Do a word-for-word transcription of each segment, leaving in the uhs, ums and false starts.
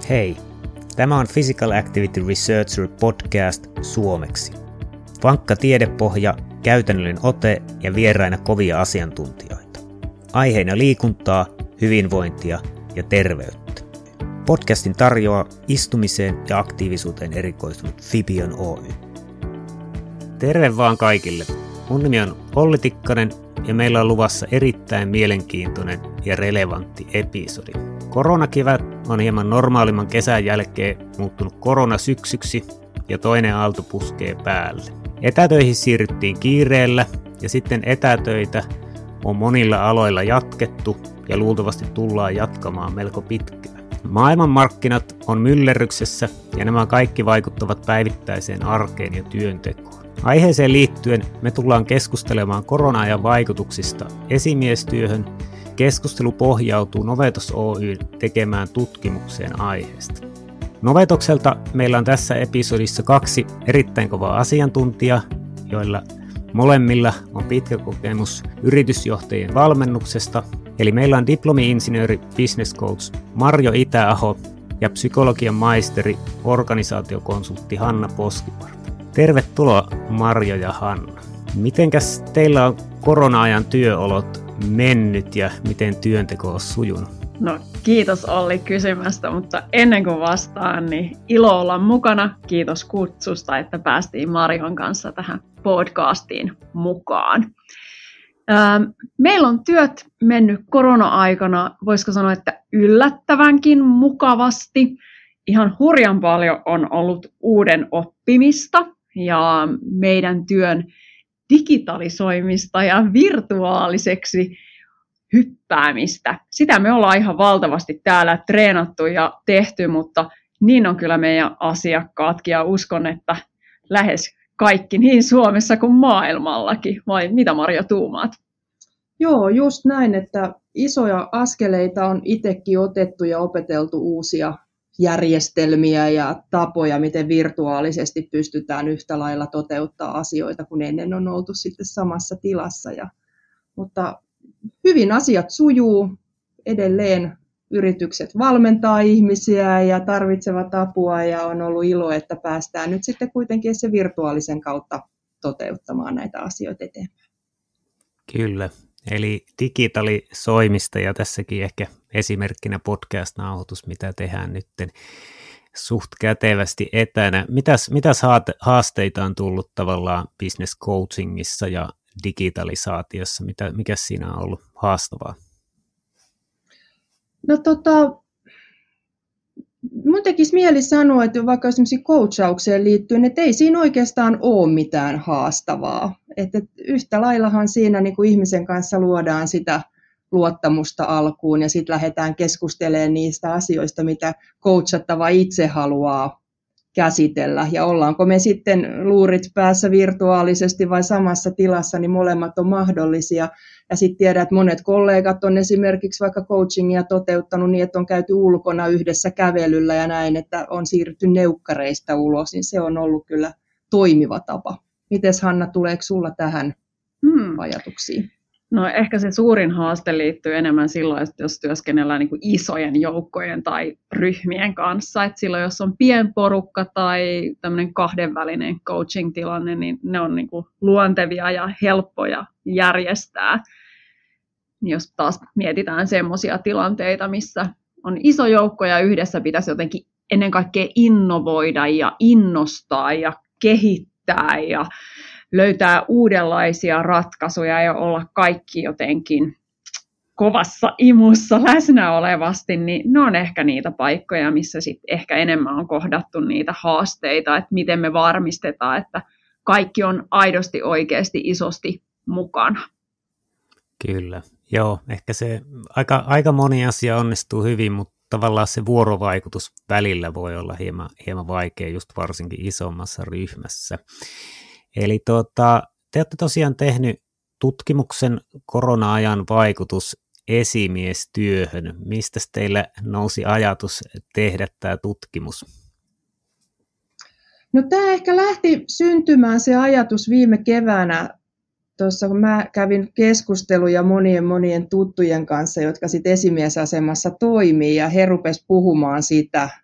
Hei, tämä on Physical Activity Researcher podcast suomeksi. Vankka tiedepohja, käytännöllinen ote ja vieraina kovia asiantuntijoita. Aiheina liikuntaa, hyvinvointia ja terveyttä. Podcastin tarjoaa istumiseen ja aktiivisuuteen erikoistunut Fibion Oy. Terve vaan kaikille. Mun nimi on Olli Tikkanen ja meillä on luvassa erittäin mielenkiintoinen ja relevantti episodi. Koronakevät on hieman normaalimman kesän jälkeen muuttunut koronasyksyksi ja toinen aalto puskee päälle. Etätöihin siirryttiin kiireellä ja sitten etätöitä on monilla aloilla jatkettu ja luultavasti tullaan jatkamaan melko pitkään. Maailmanmarkkinat on myllerryksessä ja nämä kaikki vaikuttavat päivittäiseen arkeen ja työntekoon. Aiheeseen liittyen me tullaan keskustelemaan korona-ajan vaikutuksista esimiestyöhön. Keskustelu pohjautuu Novetos Oyn tekemään tutkimukseen aiheesta. Novetokselta meillä on tässä episodissa kaksi erittäin kovaa asiantuntijaa, joilla molemmilla on pitkä kokemus yritysjohtajien valmennuksesta. Eli meillä on diplomi-insinööri business coach Marjo Itäaho ja psykologian maisteri organisaatiokonsultti Hanna Poskiparta. Tervetuloa Marjo ja Hanna. Mitenkäs teillä on korona-ajan työolot mennyt ja miten työnteko on sujunut? No kiitos Olli kysymästä, mutta ennen kuin vastaan, niin ilo olla mukana. Kiitos kutsusta, että päästiin Marjon kanssa tähän podcastiin mukaan. Meillä on työt mennyt korona-aikana, voisiko sanoa, että yllättävänkin mukavasti. Ihan hurjan paljon on ollut uuden oppimista ja meidän työn digitalisoimista ja virtuaaliseksi hyppäämistä. Sitä me ollaan ihan valtavasti täällä treenattu ja tehty, mutta niin on kyllä meidän asiakkaatkin ja uskon, että lähes kaikki niin Suomessa kuin maailmallakin. Vai mitä Marjo tuumaat? Joo, just näin, että isoja askeleita on itsekin otettu ja opeteltu uusia järjestelmiä ja tapoja, miten virtuaalisesti pystytään yhtä lailla toteuttaa asioita, kun ennen on oltu sitten samassa tilassa. Ja, mutta hyvin asiat sujuu, edelleen yritykset valmentaa ihmisiä ja tarvitsevat apua ja on ollut ilo, että päästään nyt sitten kuitenkin se virtuaalisen kautta toteuttamaan näitä asioita eteenpäin. Kyllä, eli digitalisoimista ja tässäkin ehkä esimerkkinä podcast-nauhoitus, mitä tehdään nyt suht kätevästi etänä. Mitäs, mitäs haasteita on tullut tavallaan business coachingissa ja digitalisaatiossa? Mitä, mikä siinä on ollut haastavaa? No tota, mun tekisi mieli sanoa, että vaikka esimerkiksi coachaukseen liittyen, että ei siinä oikeastaan ole mitään haastavaa. Että yhtä laillahan siinä niin kuin ihmisen kanssa luodaan sitä luottamusta alkuun ja sitten lähdetään keskustelemaan niistä asioista, mitä coachattava itse haluaa käsitellä. Ja ollaanko me sitten luurit päässä virtuaalisesti vai samassa tilassa, niin molemmat on mahdollisia. Ja sitten tiedän, että monet kollegat on esimerkiksi vaikka coachingia toteuttanut niin, että on käyty ulkona yhdessä kävelyllä ja näin, että on siirrytty neukkareista ulos, niin se on ollut kyllä toimiva tapa. Mites Hanna, tuleeko sulla tähän hmm. ajatuksiin? No ehkä se suurin haaste liittyy enemmän silloin, että jos työskennellään niin kuin isojen joukkojen tai ryhmien kanssa. Että silloin jos on pienporukka tai tämmöinen kahdenvälinen coaching-tilanne, niin ne on niin kuin luontevia ja helppoja järjestää. Jos taas mietitään semmoisia tilanteita, missä on iso joukko ja yhdessä pitäisi jotenkin ennen kaikkea innovoida ja innostaa ja kehittää ja löytää uudenlaisia ratkaisuja ja olla kaikki jotenkin kovassa imussa läsnä olevasti, niin ne on ehkä niitä paikkoja, missä sit ehkä enemmän on kohdattu niitä haasteita, että miten me varmistetaan, että kaikki on aidosti oikeasti isosti mukana. Kyllä, joo, ehkä se aika, aika moni asia onnistuu hyvin, mutta tavallaan se vuorovaikutus välillä voi olla hieman, hieman vaikea, just varsinkin isommassa ryhmässä. Eli tuota, te olette tosiaan tehnyt tutkimuksen korona-ajan vaikutus esimiestyöhön. Mistä teillä nousi ajatus tehdä tämä tutkimus? No tämä ehkä lähti syntymään se ajatus viime keväänä tuossa kun mä kävin keskusteluja monien monien tuttujen kanssa, jotka sitten esimiesasemassa toimii, ja he rupesivat puhumaan siitä,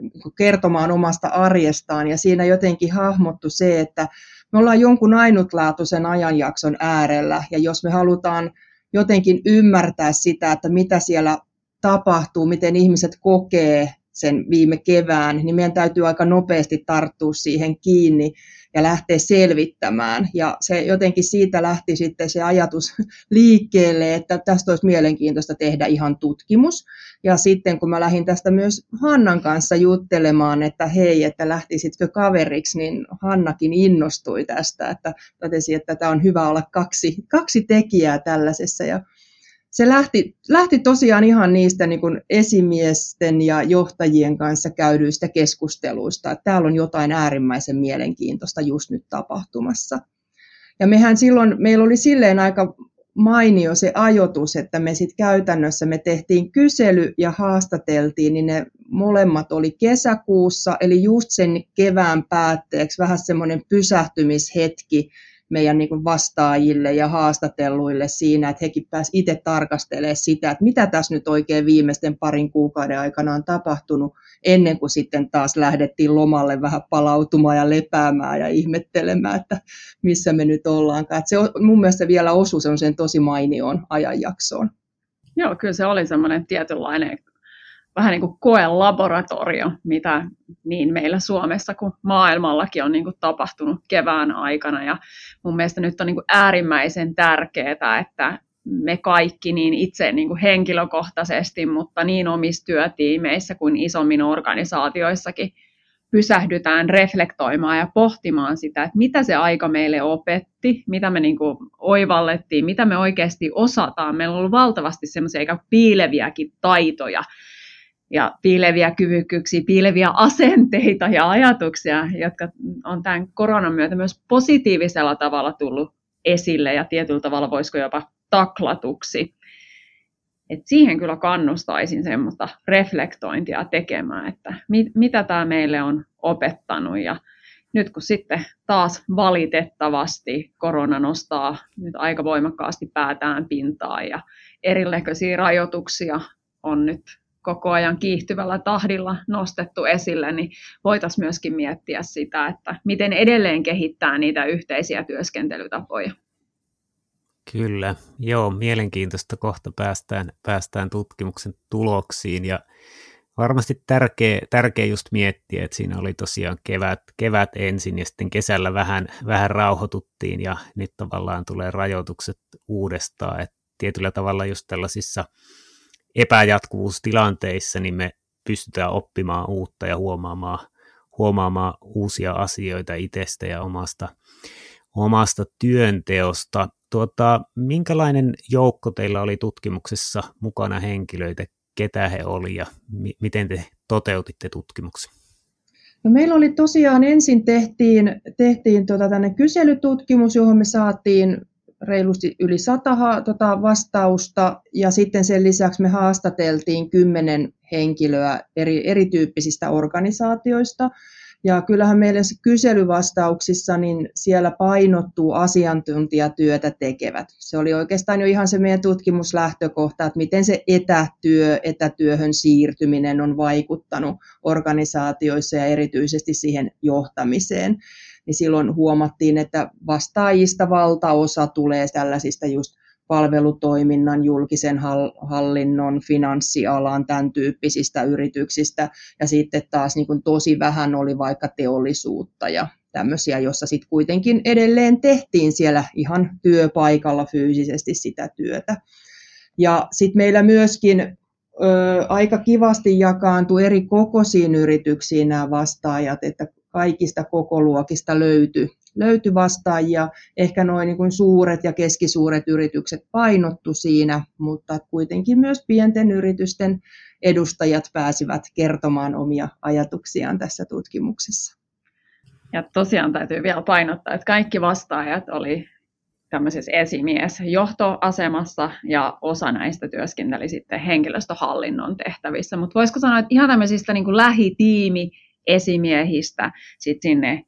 kertomaan omasta arjestaan, ja siinä jotenkin hahmottu se, että me ollaan jonkun ainutlaatuisen ajanjakson äärellä, ja jos me halutaan jotenkin ymmärtää sitä, että mitä siellä tapahtuu, miten ihmiset kokee sen viime kevään, niin meidän täytyy aika nopeasti tarttua siihen kiinni ja lähteä selvittämään. Ja se jotenkin siitä lähti sitten se ajatus liikkeelle, että tästä olisi mielenkiintoista tehdä ihan tutkimus. Ja sitten kun mä lähdin tästä myös Hannan kanssa juttelemaan, että hei, että lähtisitkö kaveriksi, niin Hannakin innostui tästä, että totesi, että tämä on hyvä olla kaksi, kaksi tekijää tällaisessa. Ja se lähti, lähti tosiaan ihan niistä niin kuin esimiesten ja johtajien kanssa käydyistä keskusteluista, että täällä on jotain äärimmäisen mielenkiintoista just nyt tapahtumassa. Ja mehän silloin, meillä oli silleen aika mainio se ajoitus, että me sitten käytännössä me tehtiin kysely ja haastateltiin, niin ne molemmat oli kesäkuussa, eli just sen kevään päätteeksi vähän semmoinen pysähtymishetki meidän niin kuin vastaajille ja haastatelluille siinä, että hekin pääsivät itse tarkastelemaan sitä, että mitä tässä nyt oikein viimeisten parin kuukauden aikana on tapahtunut, ennen kuin sitten taas lähdettiin lomalle vähän palautumaan ja lepäämään ja ihmettelemään, että missä me nyt ollaankaan. Että se mun mielestä vielä osui semmoiseen tosi mainioon ajanjaksoon. Joo, kyllä se oli semmoinen tietynlainen vähän niin kuin koelaboratorio, mitä niin meillä Suomessa kuin maailmallakin on niin kuin tapahtunut kevään aikana. Ja mun mielestä nyt on niin kuin äärimmäisen tärkeää, että me kaikki niin itse niin kuin henkilökohtaisesti, mutta niin omissa työtiimeissä kuin isommin organisaatioissakin pysähdytään reflektoimaan ja pohtimaan sitä, että mitä se aika meille opetti, mitä me niin kuin oivallettiin, mitä me oikeasti osataan. Meillä on ollut valtavasti semmoisia aika piileviäkin taitoja, ja piileviä kyvykkyyksiä, piileviä asenteita ja ajatuksia, jotka on tämän koronan myötä myös positiivisella tavalla tullut esille ja tietyllä tavalla voisiko jopa taklatuksi. Et siihen kyllä kannustaisin semmoista reflektointia tekemään, että mit, mitä tämä meille on opettanut. Ja nyt kun sitten taas valitettavasti korona nostaa nyt aika voimakkaasti päätään pintaan ja erinäköisiä rajoituksia on nyt koko ajan kiihtyvällä tahdilla nostettu esille, niin voitaisiin myöskin miettiä sitä, että miten edelleen kehittää niitä yhteisiä työskentelytapoja. Kyllä, joo, mielenkiintoista, kohta päästään, päästään tutkimuksen tuloksiin ja varmasti tärkeä, tärkeä just miettiä, että siinä oli tosiaan kevät, kevät ensin ja sitten kesällä vähän, vähän rauhoituttiin ja nyt tavallaan tulee rajoitukset uudestaan, että tietyllä tavalla just tällaisissa epäjatkuvuustilanteissa niin me pystytään oppimaan uutta ja huomaamaan, huomaamaan uusia asioita itsestä ja omasta, omasta työnteosta. Tuota, minkälainen joukko teillä oli tutkimuksessa mukana henkilöitä, ketä he oli ja mi- miten te toteutitte tutkimuksen? No meillä oli tosiaan ensin tehtiin, tehtiin tota tänne kyselytutkimus, johon me saatiin reilusti yli sata tota, vastausta ja sitten sen lisäksi me haastateltiin kymmenen henkilöä eri, erityyppisistä organisaatioista. Ja kyllähän meidän kyselyvastauksissa niin siellä painottuu asiantuntijatyötä tekevät. Se oli oikeastaan jo ihan se meidän tutkimuslähtökohta, että miten se etätyö, etätyöhön siirtyminen on vaikuttanut organisaatioissa ja erityisesti siihen johtamiseen. Niin silloin huomattiin, että vastaajista valtaosa tulee tällaisista just palvelutoiminnan, julkisen hallinnon, finanssialan, tämän tyyppisistä yrityksistä. Ja sitten taas niin kuin tosi vähän oli vaikka teollisuutta ja tämmöisiä, jossa sitten kuitenkin edelleen tehtiin siellä ihan työpaikalla fyysisesti sitä työtä. Ja sitten meillä myöskin ö, aika kivasti jakaantui eri kokoisiin yrityksiin nämä vastaajat, että kaikista kokoluokista löytyi, löytyi vastaajia. Ehkä noin niin kuin suuret ja keskisuuret yritykset painottu siinä, mutta kuitenkin myös pienten yritysten edustajat pääsivät kertomaan omia ajatuksiaan tässä tutkimuksessa. Ja tosiaan täytyy vielä painottaa, että kaikki vastaajat oli tämmöisessä esimiesjohtoasemassa ja osa näistä työskenteli sitten henkilöstöhallinnon tehtävissä. Mutta voisiko sanoa, että ihan tämmöisistä niin kuin lähitiimi esimiehistä sit sinne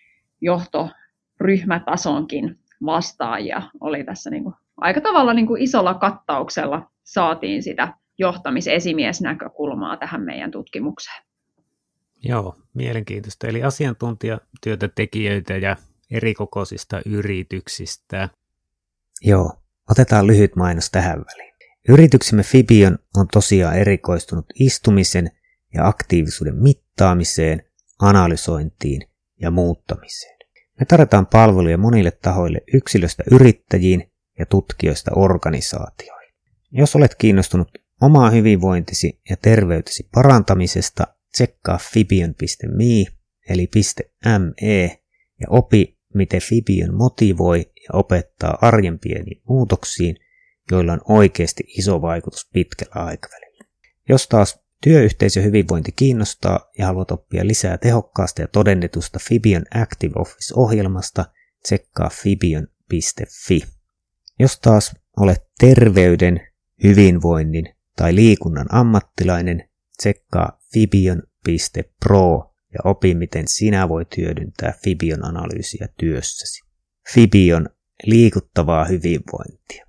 johtoryhmätasonkin vastaajia oli tässä niin kuin aika tavalla niin kuin isolla kattauksella saatiin sitä johtamisesimiesnäkökulmaa tähän meidän tutkimukseen. Joo, mielenkiintoista. Eli asiantuntijatyötä tekijöitä ja erikokoisista yrityksistä. Joo, otetaan lyhyt mainos tähän väliin. Yrityksemme Fibion on tosiaan erikoistunut istumisen ja aktiivisuuden mittaamiseen, analysointiin ja muuttamiseen. Me tarjotaan palveluja monille tahoille yksilöstä yrittäjiin ja tutkijoista organisaatioihin. Jos olet kiinnostunut omaa hyvinvointisi ja terveytesi parantamisesta, tsekkaa fibion piste me eli .me ja opi, miten Fibion motivoi ja opettaa arjen pieniin muutoksiin, joilla on oikeasti iso vaikutus pitkällä aikavälillä. Jos taas työyhteisön hyvinvointi kiinnostaa ja haluat oppia lisää tehokkaasta ja todennetusta Fibion Active Office-ohjelmasta, tsekkaa fibion piste fi. Jos taas olet terveyden, hyvinvoinnin tai liikunnan ammattilainen, tsekkaa fibion piste pro ja opi, miten sinä voit hyödyntää Fibion analyysiä työssäsi. Fibion liikuttavaa hyvinvointia.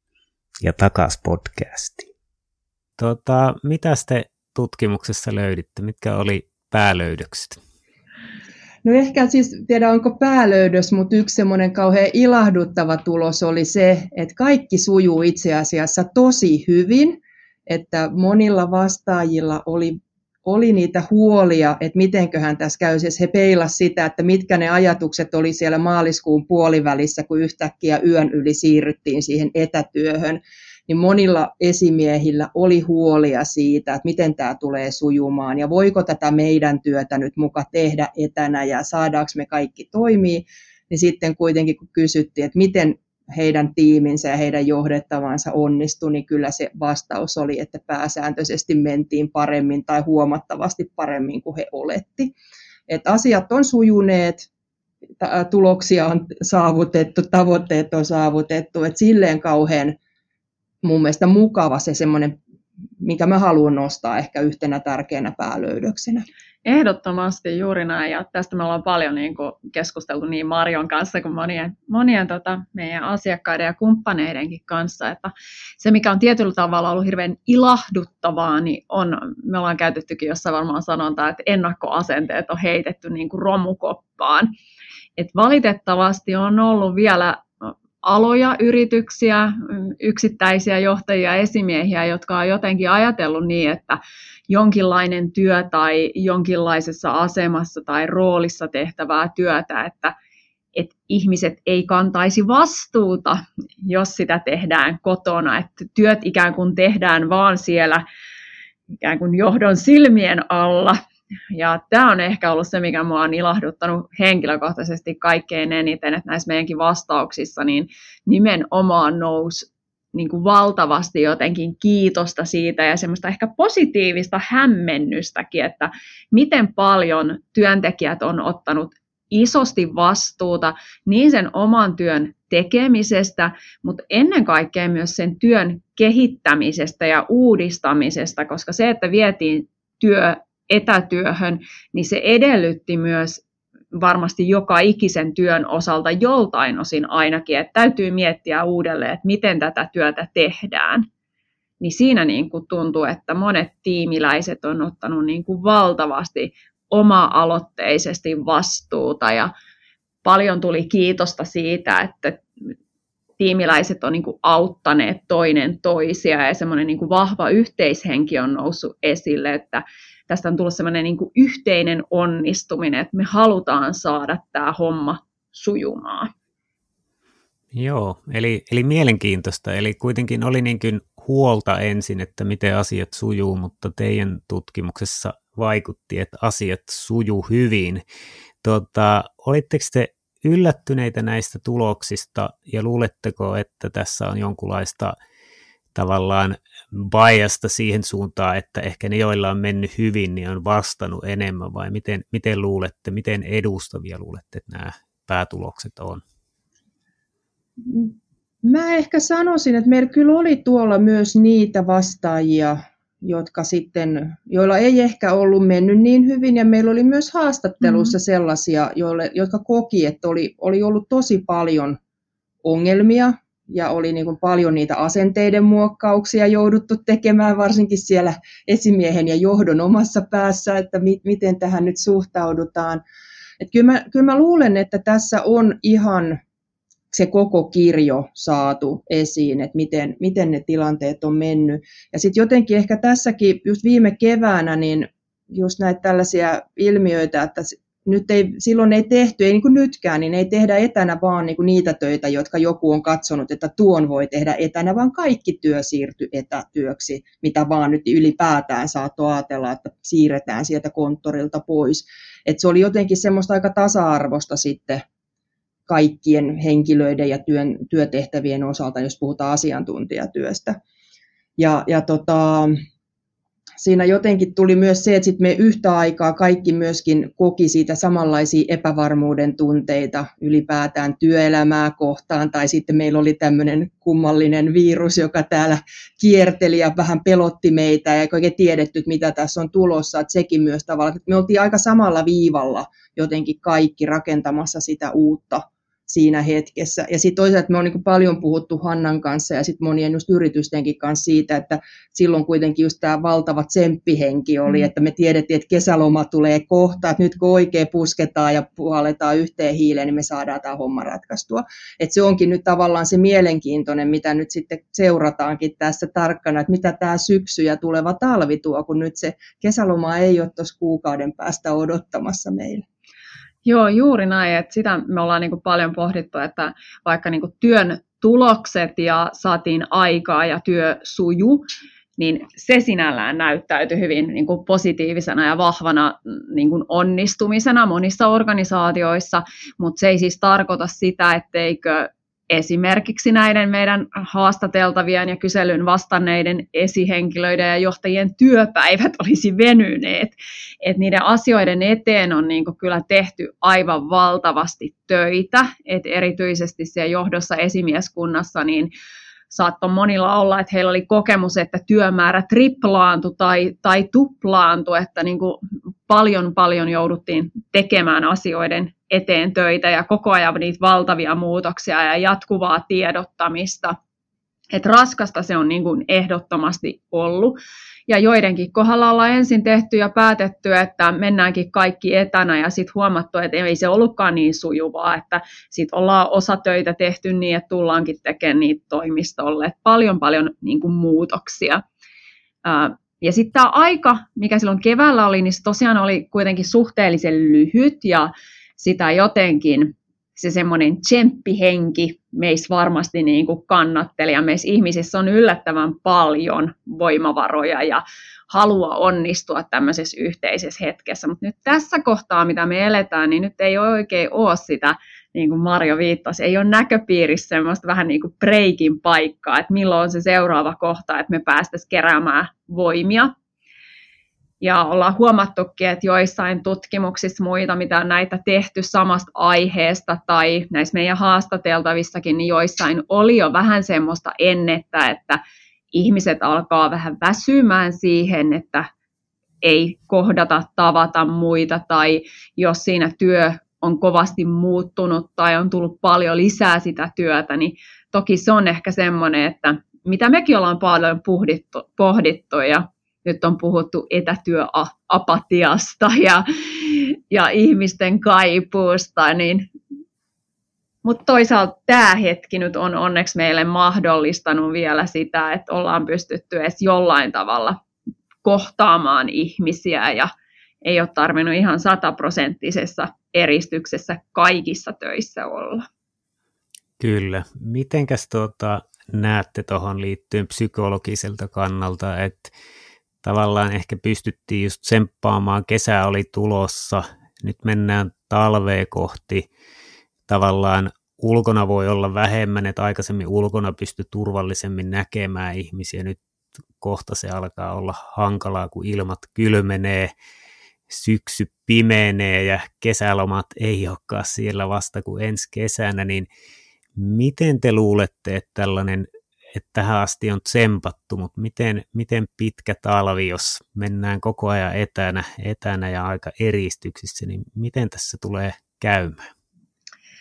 Ja takas podcastiin. Tota, mitä te tutkimuksessa löyditte? Mitkä oli päälöydökset? No ehkä siis, tiedä onko päälöydös, mutta yksi semmoinen kauhean ilahduttava tulos oli se, että kaikki sujuu itse asiassa tosi hyvin, että monilla vastaajilla oli, oli niitä huolia, että mitenköhän tässä käy, siis he peilasivat sitä, että mitkä ne ajatukset oli siellä maaliskuun puolivälissä, kun yhtäkkiä yön yli siirryttiin siihen etätyöhön, niin monilla esimiehillä oli huolia siitä, että miten tämä tulee sujumaan ja voiko tätä meidän työtä nyt muka tehdä etänä ja saadaanko me kaikki toimii, niin sitten kuitenkin kun kysyttiin, että miten heidän tiiminsä ja heidän johdettavansa onnistui, niin kyllä se vastaus oli, että pääsääntöisesti mentiin paremmin tai huomattavasti paremmin kuin he oletti. Että asiat on sujuneet, tuloksia on saavutettu, tavoitteet on saavutettu, että silleen kauhean mun mielestä mukava se semmoinen, minkä mä haluan nostaa ehkä yhtenä tärkeänä päälöydöksenä. Ehdottomasti juuri näin, ja tästä me ollaan paljon niin kuin keskusteltu niin Marion kanssa kuin monien, monien tota, meidän asiakkaiden ja kumppaneidenkin kanssa, että se mikä on tietyllä tavalla ollut hirveän ilahduttavaa, niin on, me ollaan käytettykin jossain varmaan sanontaa, että ennakkoasenteet on heitetty niin kuin romukoppaan. Et valitettavasti on ollut vielä aloja, yrityksiä, yksittäisiä johtajia, esimiehiä, jotka on jotenkin ajatellut niin, että jonkinlainen työ tai jonkinlaisessa asemassa tai roolissa tehtävää työtä, että, että ihmiset ei kantaisi vastuuta, jos sitä tehdään kotona, että työt ikään kuin tehdään vaan siellä ikään kuin johdon silmien alla. Ja tämä on ehkä ollut se, mikä minua on ilahduttanut henkilökohtaisesti kaikkein eniten, että näissä meidänkin vastauksissa niin nimenomaan nousi niin kuin valtavasti jotenkin kiitosta siitä ja semmoista ehkä positiivista hämmennystäkin, että miten paljon työntekijät on ottanut isosti vastuuta niin sen oman työn tekemisestä, mutta ennen kaikkea myös sen työn kehittämisestä ja uudistamisesta, koska se, että vietiin työ etätyöhön, niin se edellytti myös varmasti joka ikisen työn osalta joltain osin ainakin, että täytyy miettiä uudelleen, että miten tätä työtä tehdään. Niin siinä niin kuin tuntuu, että monet tiimiläiset on ottanut niin kuin valtavasti oma-aloitteisesti vastuuta ja paljon tuli kiitosta siitä, että tiimiläiset on niin kuin auttaneet toinen toisia ja semmoinen niin kuin vahva yhteishenki on noussut esille, että tästä on tullut semmoinen niin kuin yhteinen onnistuminen, että me halutaan saada tämä homma sujumaan. Joo, eli, eli mielenkiintoista. Eli kuitenkin oli niin kuin huolta ensin, että miten asiat sujuu, mutta teidän tutkimuksessa vaikutti, että asiat sujuu hyvin. Tota, olitteko te yllättyneitä näistä tuloksista ja luuletteko, että tässä on jonkunlaista tavallaan biasta siihen suuntaan, että ehkä ne, joilla on mennyt hyvin, niin on vastannut enemmän, vai miten, miten luulette, miten edustavia luulette, että nämä päätulokset on? Mä ehkä sanoisin, että meillä kyllä oli tuolla myös niitä vastaajia, jotka sitten, joilla ei ehkä ollut mennyt niin hyvin, ja meillä oli myös haastattelussa mm-hmm. sellaisia, joille, jotka koki, että oli, oli ollut tosi paljon ongelmia ja oli niin kuin paljon niitä asenteiden muokkauksia jouduttu tekemään, varsinkin siellä esimiehen ja johdon omassa päässä, että mi- miten tähän nyt suhtaudutaan. Et kyllä, mä, kyllä mä luulen, että tässä on ihan se koko kirjo saatu esiin, että miten, miten ne tilanteet on mennyt. Ja sitten jotenkin ehkä tässäkin just viime keväänä, niin just näitä tällaisia ilmiöitä, että nyt ei, silloin ei tehty, ei niin kuin nytkään, niin ei tehdä etänä vaan niin kuin niitä töitä, jotka joku on katsonut, että tuon voi tehdä etänä, vaan kaikki työ siirtyi etätyöksi, mitä vaan nyt ylipäätään saattoi ajatella, että siirretään sieltä konttorilta pois. Et se oli jotenkin semmoista aika tasa-arvosta sitten kaikkien henkilöiden ja työn, työtehtävien osalta, jos puhutaan asiantuntijatyöstä. Ja, ja tota, siinä jotenkin tuli myös se, että sit me yhtä aikaa kaikki myöskin koki siitä samanlaisia epävarmuuden tunteita ylipäätään työelämää kohtaan, tai sitten meillä oli tämmöinen kummallinen virus, joka täällä kierteli ja vähän pelotti meitä, ja ei oikein tiedetty, että mitä tässä on tulossa, että sekin myös tavallaan, että me oltiin aika samalla viivalla jotenkin kaikki rakentamassa sitä uutta siinä hetkessä. Ja sitten toisaalta me on niin paljon puhuttu Hannan kanssa ja sitten monien just yritystenkin kanssa siitä, että silloin kuitenkin just tämä valtava tsemppihenki oli, mm. että me tiedettiin, että kesäloma tulee kohta, että nyt kun oikein pusketaan ja puhalletaan yhteen hiileen, niin me saadaan tämä homma ratkaistua. Että se onkin nyt tavallaan se mielenkiintoinen, mitä nyt sitten seurataankin tässä tarkkana, että mitä tämä syksy ja tuleva talvi tuo, kun nyt se kesäloma ei ole tuossa kuukauden päästä odottamassa meillä. Joo, juuri näin, että sitä me ollaan niin kuin paljon pohdittu, että vaikka niin kuin työn tulokset ja saatiin aikaa ja työ suju, niin se sinällään näyttäytyi hyvin niin kuin positiivisena ja vahvana niin kuin onnistumisena monissa organisaatioissa, mutta se ei siis tarkoita sitä, etteikö esimerkiksi näiden meidän haastateltavien ja kyselyn vastanneiden esihenkilöiden ja johtajien työpäivät olisi venyneet. Et niiden asioiden eteen on niinku kyllä tehty aivan valtavasti töitä, et erityisesti siellä johdossa esimieskunnassa niin saattoi monilla olla, että heillä oli kokemus, että työmäärä triplaantui tai, tai tuplaantui, että niin kuin paljon paljon jouduttiin tekemään asioiden eteen töitä ja koko ajan niitä valtavia muutoksia ja jatkuvaa tiedottamista. Että raskasta se on niin kuin ehdottomasti ollut. Ja joidenkin kohdalla ollaan ensin tehty ja päätetty, että mennäänkin kaikki etänä ja sitten huomattu, että ei se ollutkaan niin sujuvaa, että sitten ollaan osa töitä tehty niin, että tullaankin tekemään niitä toimistolle. Et paljon paljon niin kuin muutoksia. Ja sitten tämä aika, mikä silloin keväällä oli, niin se tosiaan oli kuitenkin suhteellisen lyhyt ja sitä jotenkin se semmoinen tsemppihenki meissä varmasti niin kuin kannatteli ja meissä ihmisissä on yllättävän paljon voimavaroja ja halua onnistua tämmöisessä yhteisessä hetkessä. Mutta nyt tässä kohtaa, mitä me eletään, niin nyt ei oikein ole sitä, niin kuin Marjo viittasi, ei ole näköpiirissä semmoista vähän niin kuin breikin paikkaa, että milloin on se seuraava kohta, että me päästäisiin keräämään voimia. Ja ollaan huomattukin, että joissain tutkimuksissa muita, mitä on näitä tehty samasta aiheesta tai näissä meidän haastateltavissakin, niin joissain oli jo vähän semmoista ennettä, että ihmiset alkaa vähän väsymään siihen, että ei kohdata, tavata muita tai jos siinä työ on kovasti muuttunut tai on tullut paljon lisää sitä työtä, niin toki se on ehkä semmoinen, että mitä mekin ollaan paljon pohdittu, pohdittu ja nyt on puhuttu etätyöapatiasta ja, ja ihmisten kaipuusta, niin, mutta toisaalta tämä hetki nyt on onneksi meille mahdollistanut vielä sitä, että ollaan pystytty edes jollain tavalla kohtaamaan ihmisiä ja ei ole tarvinnut ihan sataprosenttisessa eristyksessä kaikissa töissä olla. Kyllä. Mitenkäs tuota, näette tuohon liittyen psykologiselta kannalta, että tavallaan ehkä pystyttiin just tsemppaamaan, kesä oli tulossa, nyt mennään talvea kohti, tavallaan ulkona voi olla vähemmän, että aikaisemmin ulkona pystyi turvallisemmin näkemään ihmisiä, nyt kohta se alkaa olla hankalaa, kun ilmat kylmenee, syksy pimenee ja kesälomat ei olekaan siellä vasta kuin ensi kesänä, niin miten te luulette, että tällainen että tähän asti on tsempattu, mutta miten, miten pitkä talvi, jos mennään koko ajan etänä, etänä ja aika eristyksissä, niin miten tässä tulee käymään?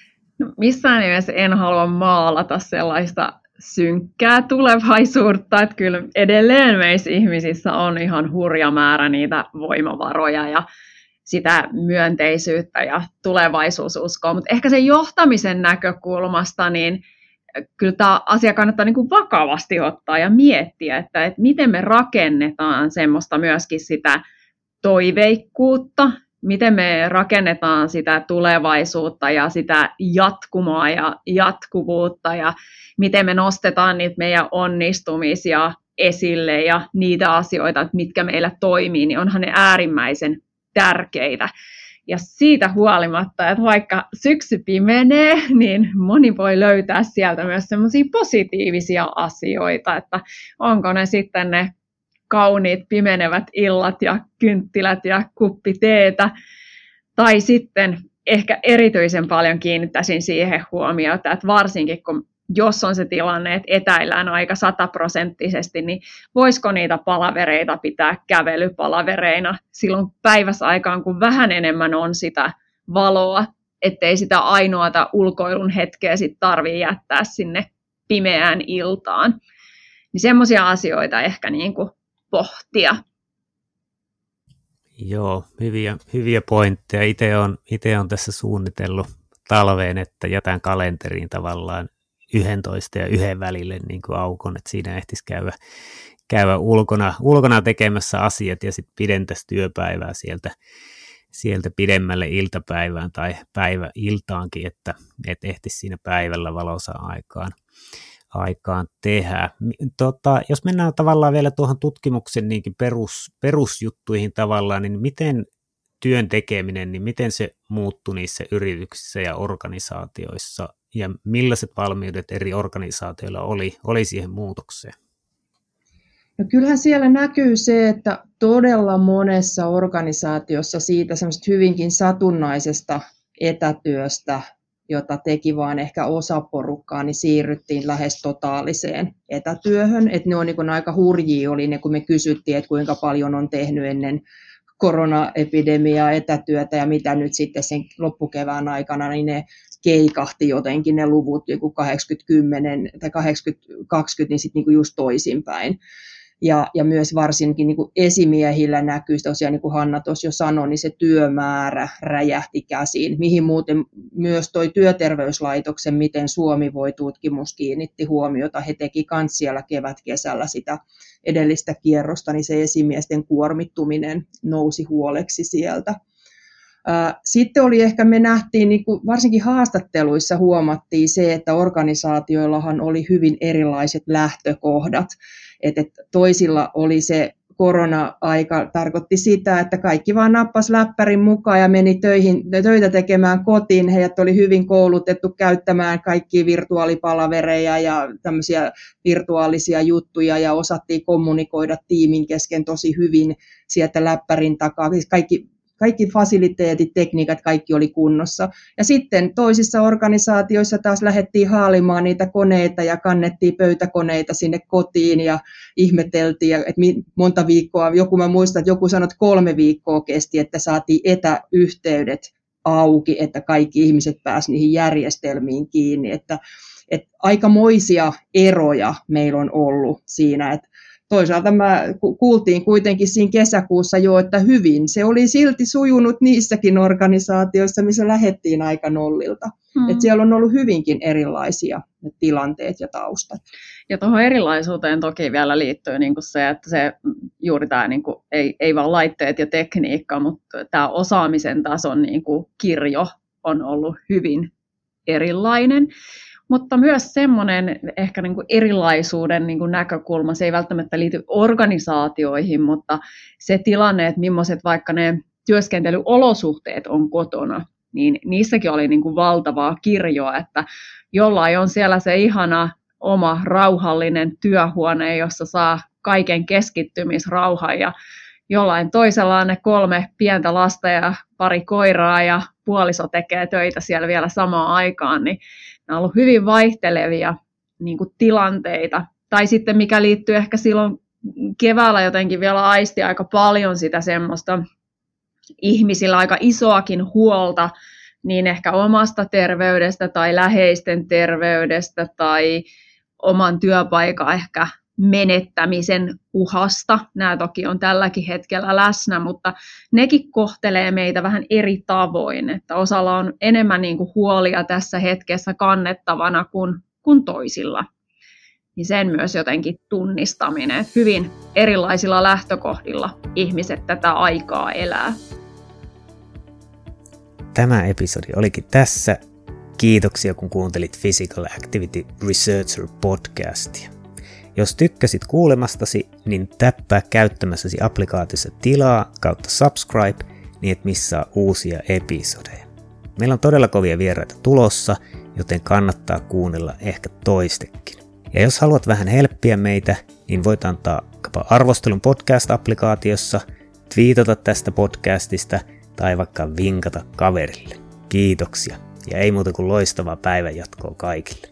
No, missään nimessä en halua maalata sellaista synkkää tulevaisuutta, että kyllä edelleen meissä ihmisissä on ihan hurja määrä niitä voimavaroja ja sitä myönteisyyttä ja tulevaisuususkoa, mutta ehkä sen johtamisen näkökulmasta, niin kyllä tämä asia kannattaa niin kuin vakavasti ottaa ja miettiä, että, että miten me rakennetaan semmoista myöskin sitä toiveikkuutta, miten me rakennetaan sitä tulevaisuutta ja sitä jatkumoa ja jatkuvuutta ja miten me nostetaan niitä meidän onnistumisia esille ja niitä asioita, mitkä meillä toimii, niin onhan ne äärimmäisen tärkeitä. Ja siitä huolimatta, että vaikka syksy pimenee, niin moni voi löytää sieltä myös semmoisia positiivisia asioita, että onko ne sitten ne kauniit pimenevät illat ja kynttilät ja kuppi teetä, tai sitten ehkä erityisen paljon kiinnittäisin siihen huomiota, että varsinkin kun jos on se tilanne, että etäillään aika sataprosenttisesti, niin voisiko niitä palavereita pitää kävelypalavereina silloin päiväsaikaan, kun vähän enemmän on sitä valoa, ettei sitä ainoata ulkoilun hetkeä sit tarvitse jättää sinne pimeään iltaan. Niin semmoisia asioita ehkä niin kuin pohtia. Joo, hyviä, hyviä pointteja. Itse olen, itse olen tässä suunnitellut talveen, että jätän kalenteriin tavallaan yksitoista ja yhden välille niin kuin aukon, että siinä ehtisi käydä, käydä ulkona, ulkona tekemässä asiat ja sitten pidentäisi työpäivää sieltä, sieltä pidemmälle iltapäivään tai päiväiltaankin, että, että ehtisi siinä päivällä valoisa aikaan, aikaan tehdä. Tota, jos mennään tavallaan vielä tuohon tutkimuksen niinkin perus, perusjuttuihin tavallaan, niin miten työn tekeminen, niin miten se muuttui niissä yrityksissä ja organisaatioissa ja millaiset valmiudet eri organisaatioilla oli, oli siihen muutokseen? No kyllähän siellä näkyy se, että todella monessa organisaatiossa siitä semmoisesta hyvinkin satunnaisesta etätyöstä, jota teki vain ehkä osa porukkaa, niin siirryttiin lähes totaaliseen etätyöhön. Että ne on niin kuin aika hurjia oli ne, kun me kysyttiin, että kuinka paljon on tehnyt ennen koronaepidemiaa etätyötä ja mitä nyt sitten sen loppukevään aikana, niin ne keikahti jotenkin ne luvut, joku kahdeksankymmentä kymmenen tai kahdeksankymmentä kaksikymmentä, niin sitten niinku just toisinpäin. Ja, ja myös varsinkin niinku esimiehillä näkyy, tosiaan niin kuin Hanna tuossa jo sanoi, niin se työmäärä räjähti käsiin, mihin muuten myös toi Työterveyslaitoksen, miten Suomi voi tutkimus kiinnitti huomiota. He teki myös siellä kevät-kesällä sitä edellistä kierrosta, niin se esimiesten kuormittuminen nousi huoleksi sieltä. Sitten oli ehkä, me nähtiin, niin kuin varsinkin haastatteluissa huomattiin se, että organisaatioillahan oli hyvin erilaiset lähtökohdat. Että toisilla oli se korona-aika, tarkoitti sitä, että kaikki vaan nappas läppärin mukaan ja meni töihin, töitä tekemään kotiin. Heidät oli hyvin koulutettu käyttämään kaikkia virtuaalipalavereja ja tämmöisiä virtuaalisia juttuja ja osattiin kommunikoida tiimin kesken tosi hyvin sieltä läppärin takaa. Kaikki Kaikki fasiliteetit, tekniikat, kaikki oli kunnossa. Ja sitten toisissa organisaatioissa taas lähdettiin haalimaan niitä koneita ja kannettiin pöytäkoneita sinne kotiin ja ihmeteltiin, että monta viikkoa, joku mä muistan, että joku sanoi, että kolme viikkoa kesti, että saatiin etäyhteydet auki, että kaikki ihmiset pääsivät niihin järjestelmiin kiinni. Että, että aikamoisia eroja meillä on ollut siinä, että toisaalta mä kuultiin kuitenkin siinä kesäkuussa jo, että hyvin. Se oli silti sujunut niissäkin organisaatioissa, missä lähdettiin aika nollilta. Hmm. Että siellä on ollut hyvinkin erilaisia tilanteet ja taustat. Ja tuohon erilaisuuteen toki vielä liittyy niin kuin se, että se juuri tämä niin kuin, ei, ei vaan laitteet ja tekniikka, mutta tämä osaamisen tason niin kuin kirjo on ollut hyvin erilainen. Mutta myös semmoinen ehkä niin kuin erilaisuuden niin kuin näkökulma, se ei välttämättä liity organisaatioihin, mutta se tilanne, että millaiset vaikka ne työskentelyolosuhteet on kotona, niin niissäkin oli niin kuin valtavaa kirjoa, että jollain on siellä se ihana oma rauhallinen työhuone, jossa saa kaiken keskittymisrauhan ja jollain toisella on ne kolme pientä lasta ja pari koiraa ja puoliso tekee töitä siellä vielä samaan aikaan, niin nämä on ollut hyvin vaihtelevia niin kuin tilanteita. Tai sitten mikä liittyy ehkä silloin keväällä jotenkin vielä aisti aika paljon sitä semmoista ihmisillä aika isoakin huolta niin ehkä omasta terveydestä tai läheisten terveydestä tai oman työpaikan ehkä menettämisen uhasta. Nämä toki on tälläkin hetkellä läsnä, mutta nekin kohtelee meitä vähän eri tavoin, että osalla on enemmän niin kuin huolia tässä hetkessä kannettavana kuin, kuin toisilla. Niin sen myös jotenkin tunnistaminen, että hyvin erilaisilla lähtökohdilla ihmiset tätä aikaa elää. Tämä episodi olikin tässä. Kiitoksia, kun kuuntelit Physical Activity Researcher podcastia. Jos tykkäsit kuulemastasi, niin täppää käyttämässäsi applikaatiossa tilaa kautta subscribe, niin et missaa uusia episodeja. Meillä on todella kovia vieraita tulossa, joten kannattaa kuunnella ehkä toistekin. Ja jos haluat vähän helppiä meitä, niin voit antaa arvostelun podcast-applikaatiossa, twiitata tästä podcastista tai vaikka vinkata kaverille. Kiitoksia ja ei muuta kuin loistavaa päivänjatkoa kaikille.